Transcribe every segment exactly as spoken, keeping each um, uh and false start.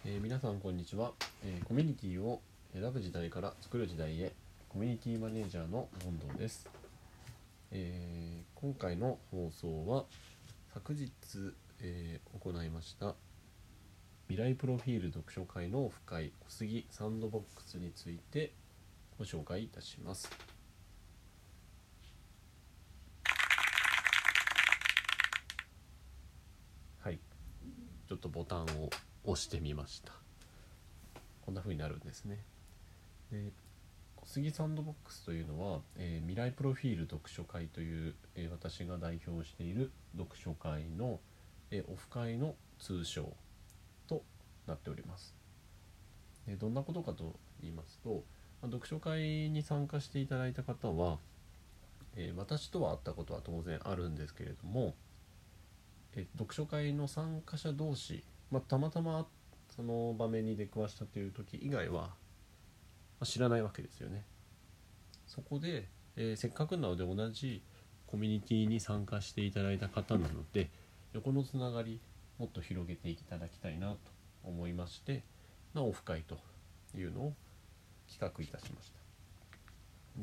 えー皆さんこんにちは、えーコミュニティを選ぶ時代から作る時代へ、コミュニティマネージャーの本堂です。えー今回の放送は昨日、えー行いました未来プロフィール読書会のオフ会小杉サンドボックスについてご紹介いたします。はい、ちょっとボタンを押してみました。こんな風になるんですね。で小杉サンドボックスというのは、えー未来プロフィール読書会という、えー私が代表している読書会の、えーオフ会の通称となっております。でどんなことかと言いますと、まあ、読書会に参加していただいた方は、えー私とは会ったことは当然あるんですけれども、えー読書会の参加者同士、まあ、たまたまその場面に出くわしたという時以外は、まあ、知らないわけですよね。そこで、えーせっかくなので同じコミュニティに参加していただいた方なので、横のつながりもっと広げていただきたいなと思いまして、まあ、オフ会というのを企画いたしました。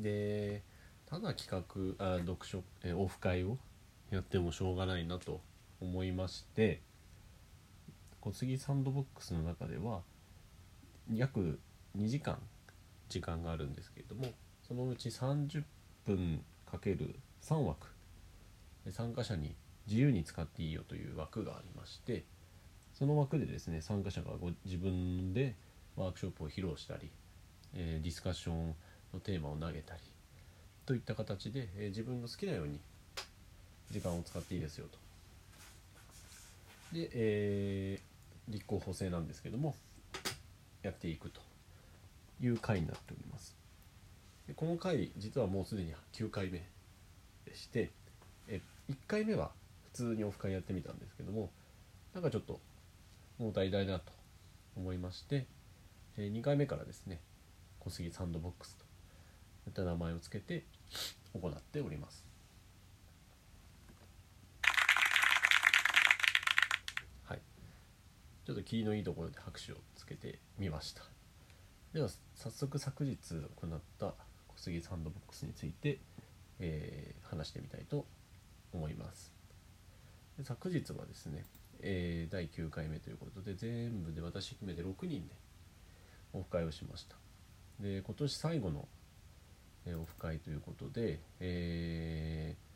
でただ企画あ読書、えーオフ会をやってもしょうがないなと思いまして、小杉サンドボックスの中では約にじかん時間があるんですけれども、そのうちさんじゅっぷんかけるさん枠、参加者に自由に使っていいよという枠がありまして、その枠でですね、参加者がご自分でワークショップを披露したり、えーディスカッションのテーマを投げたりといった形で、えー自分の好きなように時間を使っていいですよと。で、えー立候補制なんですけども、やっていくという回になっております。でこの回実はもうすでにきゅうかいめでして、えいっかいめは普通にオフ会やってみたんですけども、なんかちょっと物足りないなと思いまして、えにかいめからですね、小杉サンドボックスといった名前をつけて行っております。はい、ちょっと霧のいいところで拍手をつけてみました。では早速昨日行った小杉サンドボックスについて、えー話してみたいと思います。で昨日はですね、えーだいきゅうかいめということで、全部で私含めてろくにんでオフ会をしました。で今年最後のえーオフ会ということで、えー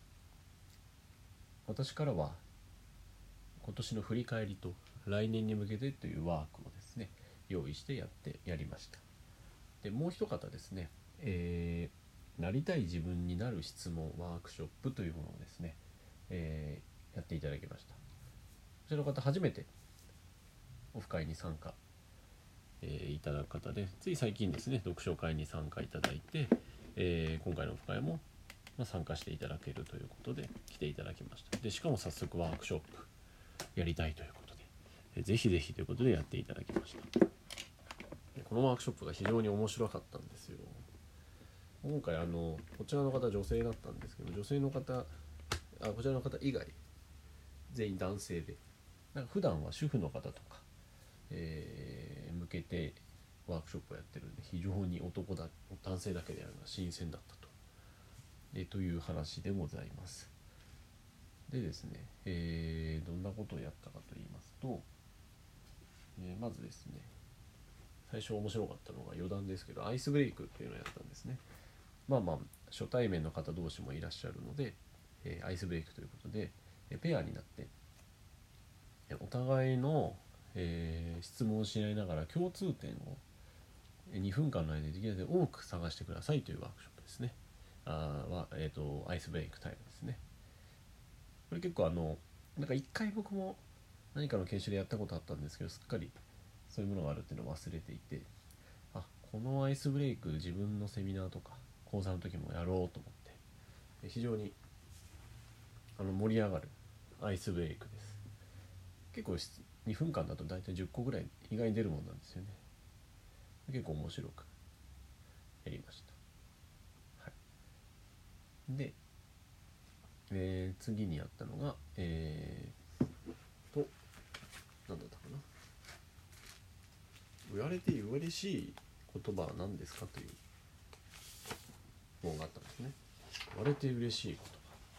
私からは今年の振り返りと来年に向けてというワークをですね、用意してやってやりました。でもう一方ですね、えーなりたい自分になる質問ワークショップというものをですね、えーやっていただきました。こちらの方初めてオフ会に参加、えーいただく方で、つい最近ですね読書会に参加いただいて、えー今回のオフ会もまあ参加していただけるということで来ていただきました。でしかも早速ワークショップやりたいということで、えぜひぜひということでやっていただきました。でこのワークショップが非常に面白かったんですよ。今回あのこちらの方女性だったんですけど、女性の方あこちらの方以外全員男性で、なんか普段は主婦の方とか、えー向けてワークショップをやってるんで、非常に男だ男性だけでやるのは新鮮だったと、えという話でございます。でですね、えーどんなことをやったかと言いますと、えーまずですね、最初面白かったのが余談ですけど、アイスブレイクっていうのをやったんですね。まあまあ初対面の方同士もいらっしゃるので、えーアイスブレイクということで、えーペアになってお互いの、えー質問をし合いながら共通点をにふんかんの間でできるだけ多く探してくださいというワークショップですね。あは、えーと、アイスブレイクタイムですね。これ結構あのなんかいっかい僕も何かの研修でやったことあったんですけど、すっかりそういうものがあるっていうのを忘れていて、あこのアイスブレイク自分のセミナーとか講座の時もやろうと思って、非常にあの盛り上がるアイスブレイクです。結構にふんかんだと大体じゅっこぐらい意外に出るもんなんですよね。結構面白くやりました。はい、で、えー次にやったのが、えーと、なんだったかな。 言われて嬉しい言葉は何ですかという本があったんですね。言われて嬉しい言葉、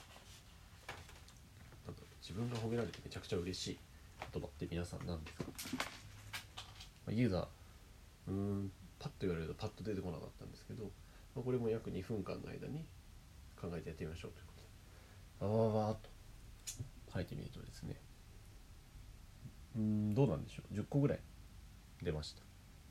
なんだろう、自分が褒められてめちゃくちゃ嬉しい言葉って皆さん何ですか？まあ、ユーザーうーんパッと言われるとパッと出てこなかったんですけど、まあ、これも約にふんかんの間に考えてやってみましょうということで、わわわーっと書いてみるとですね、うーんどうなんでしょう、じゅっこぐらい出ました。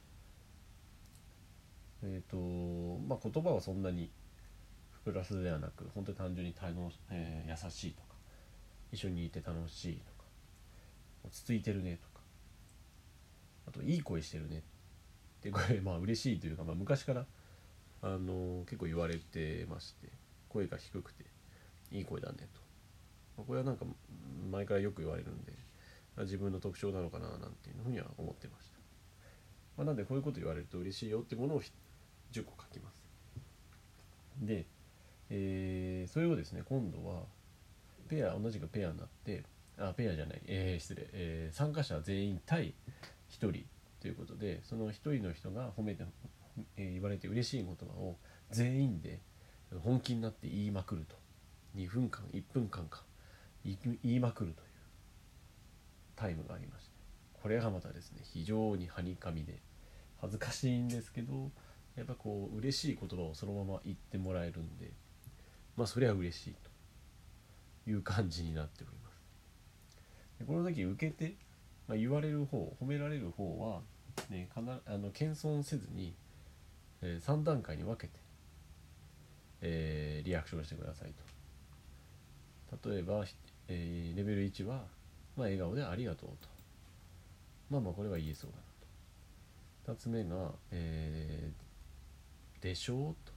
えっ、ー、とまあ言葉はそんなにプラスではなく、本当に単純に楽し、えー、優しいとか、一緒にいて楽しいとか、落ち着いてるねとか、あといい声してるねって、これまあ嬉しいというか、まあ、昔からあの結構言われてまして、声が低くていい声だねと、まあ、これはなんか前からよく言われるんで、自分の特徴なのかななんていうふうには思ってました。まあ、なんでこういうこと言われると嬉しいよってものをじゅっこ書きます。で、えー、それをですね、今度はペア、同じくペアになって、あペアじゃない、えー、失礼、えー、参加者全員対ひとりということで、そのひとりの人が褒めて、えー、言われて嬉しい言葉を全員で本気になって言いまくると、にふんかんいっぷんかんか言いまくるというタイムがありまして、これがまたですね非常にはにかみで恥ずかしいんですけど、やっぱこう嬉しい言葉をそのまま言ってもらえるんで、まあそれは嬉しいという感じになっております。でこの時受けて、まあ、言われる方、褒められる方は、ね、かなあの謙遜せずに、えー、さんだんかいに分けて、えー、リアクションしてくださいと。例えば、えー、レベルいちは、まあ、笑顔でありがとうと。まあまあこれは言えそうだなと。ふたつめが、えー、でしょうと、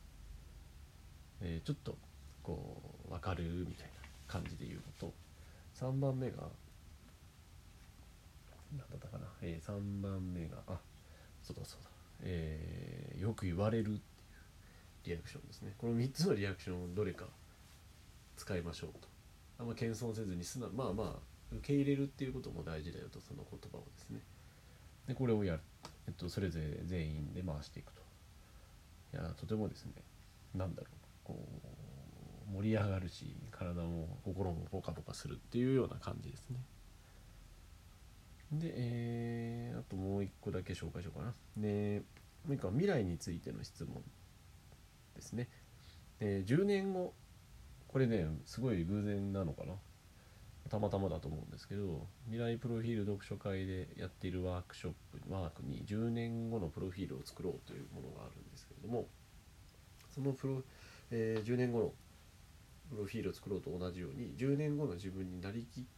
えー、ちょっとこう分かるみたいな感じで言うのと、さんばんめが何だったかな、えー、さんばんめがあそうだそうだ、えー、よく言われるっていうリアクションですね。このみっつのリアクションをどれか使いましょうと。あんま謙遜せずに素直、まあまあ受け入れるっていうことも大事だよと、その言葉をですね。でこれをやる、えっと、それぞれ全員で回していくと。いやとてもですね、なんだろう、こう盛り上がるし、体も心もポカポカするっていうような感じですね。で、えー、あともう一個だけ紹介しようかな。で、もう一個は未来についての質問ですね。で、じゅうねんご、これね、すごい偶然なのかな。たまたまだと思うんですけど、未来プロフィール読書会でやっているワークショップ、ワークにじゅうねんごのプロフィールを作ろうというものがあるんですけれども、そのプロ、えー、じゅうねんごのプロフィールを作ろうと同じように、じゅうねんごの自分になりきって、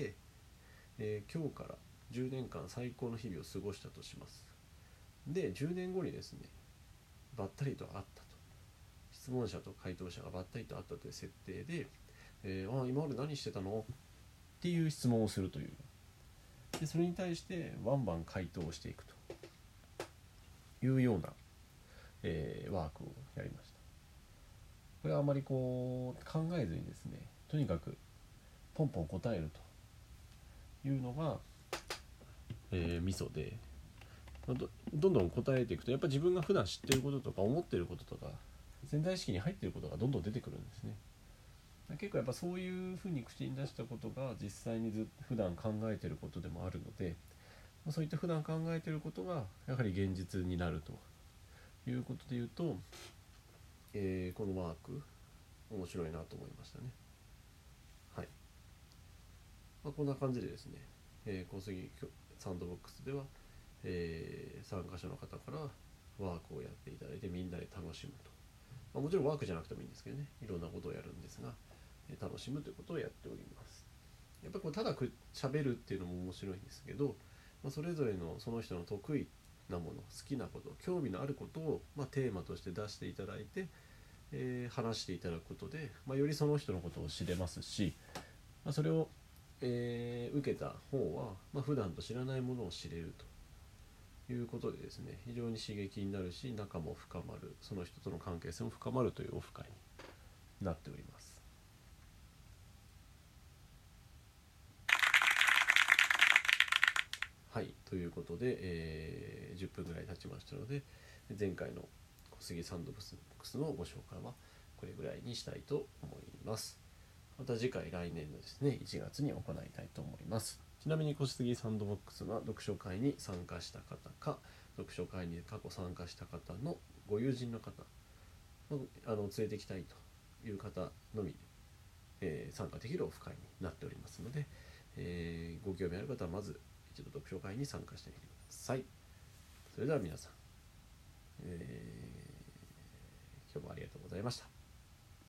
えー、今日からじゅうねんかん最高の日々を過ごしたとします。で、じゅうねんごにですね、ばったりと会ったと。質問者と回答者がばったりと会ったという設定で、えー、あ今まで何してたのっていう質問をするという。で、それに対してバンバン回答をしていくというような、えー、ワークをやりました。これはあまりこう考えずにですね、とにかくポンポン答えるというのが、えー、ミソで、ど, どんどん答えていくと、やっぱり自分が普段知っていることとか思っていることとか潜在意識に入っていることがどんどん出てくるんですね。結構やっぱそういうふうに口に出したことが実際にず普段考えていることでもあるので、そういった普段考えていることがやはり現実になるということでいうと、えー、このワーク面白いなと思いましたね。はい、まあ、こんな感じでですね、えー、小杉サンドボックスでは、えー、参加者の方からワークをやっていただいてみんなで楽しむと、まあ、もちろんワークじゃなくてもいいんですけどね、いろんなことをやるんですが、えー、楽しむということをやっております。やっぱりこうただ喋るっていうのも面白いんですけど、まあ、それぞれのその人の得意なもの、好きなこと、興味のあることを、まあ、テーマとして出していただいて、えー、話していただくことで、まあ、よりその人のことを知れますし、まあ、それを、えー、受けた方は、まあ、普段と知らないものを知れるということでですね、非常に刺激になるし、仲も深まる、その人との関係性も深まるというオフ会になっております。 はいということで、えーじゅっぷんぐらい経ちましたので、前回の小杉サンドボックスのご紹介はこれぐらいにしたいと思います。また次回来年のですねいちがつに行いたいと思います。ちなみに小杉サンドボックスは読書会に参加した方か読書会に過去参加した方のご友人の方のあの連れてきたいという方のみ、えー参加できるオフ会になっておりますので、えーご興味ある方はまず一度読書会に参加してみてください。それでは皆さん、えー今日もありがとうございました。